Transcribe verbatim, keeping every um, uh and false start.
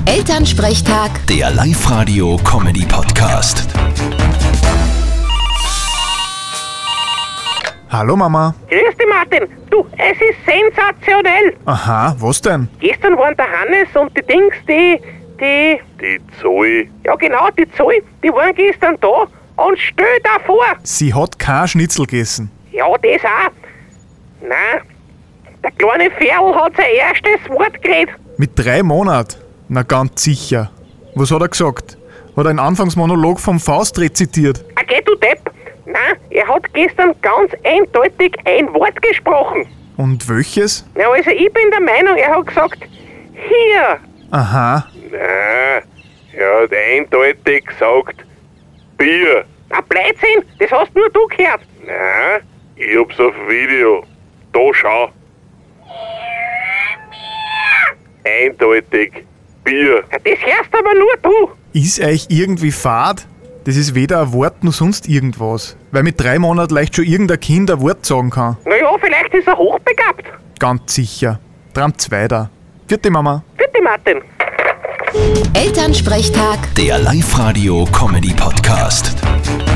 Elternsprechtag, Der Live-Radio-Comedy-Podcast. Hallo Mama. Grüß dich, Martin. Du, es ist sensationell. Aha, was denn? Gestern waren der Hannes und die Dings, die, die, Die Zoe. ja genau, die Zoe, die waren gestern da und stell dir vor. Sie hat kein Schnitzel gegessen. Ja, das auch. Nein, der kleine Ferl hat sein erstes Wort geredet. Mit drei Monaten? Na ganz sicher. Was hat er gesagt? Hat er einen Anfangsmonolog vom Faust rezitiert? Ah, geh du Depp. Nein, er hat gestern ganz eindeutig ein Wort gesprochen. Und welches? Na, also ich bin der Meinung, er hat gesagt, hier. Aha, Nein, er hat eindeutig gesagt Bier. Ein Blödsinn, das hast nur du gehört. Nein, ich hab's auf Video. Da schau. Eindeutig Bier. Ja, das hörst aber nur du. ist euch irgendwie fad? Das ist weder ein Wort noch sonst irgendwas. Weil mit drei Monaten leicht schon irgendein Kind ein Wort sagen kann. Naja, vielleicht ist er hochbegabt. Ganz sicher. Tramt's weiter. Vierte Mama. Bitte, Martin. Elternsprechtag. Der Live-Radio-Comedy-Podcast.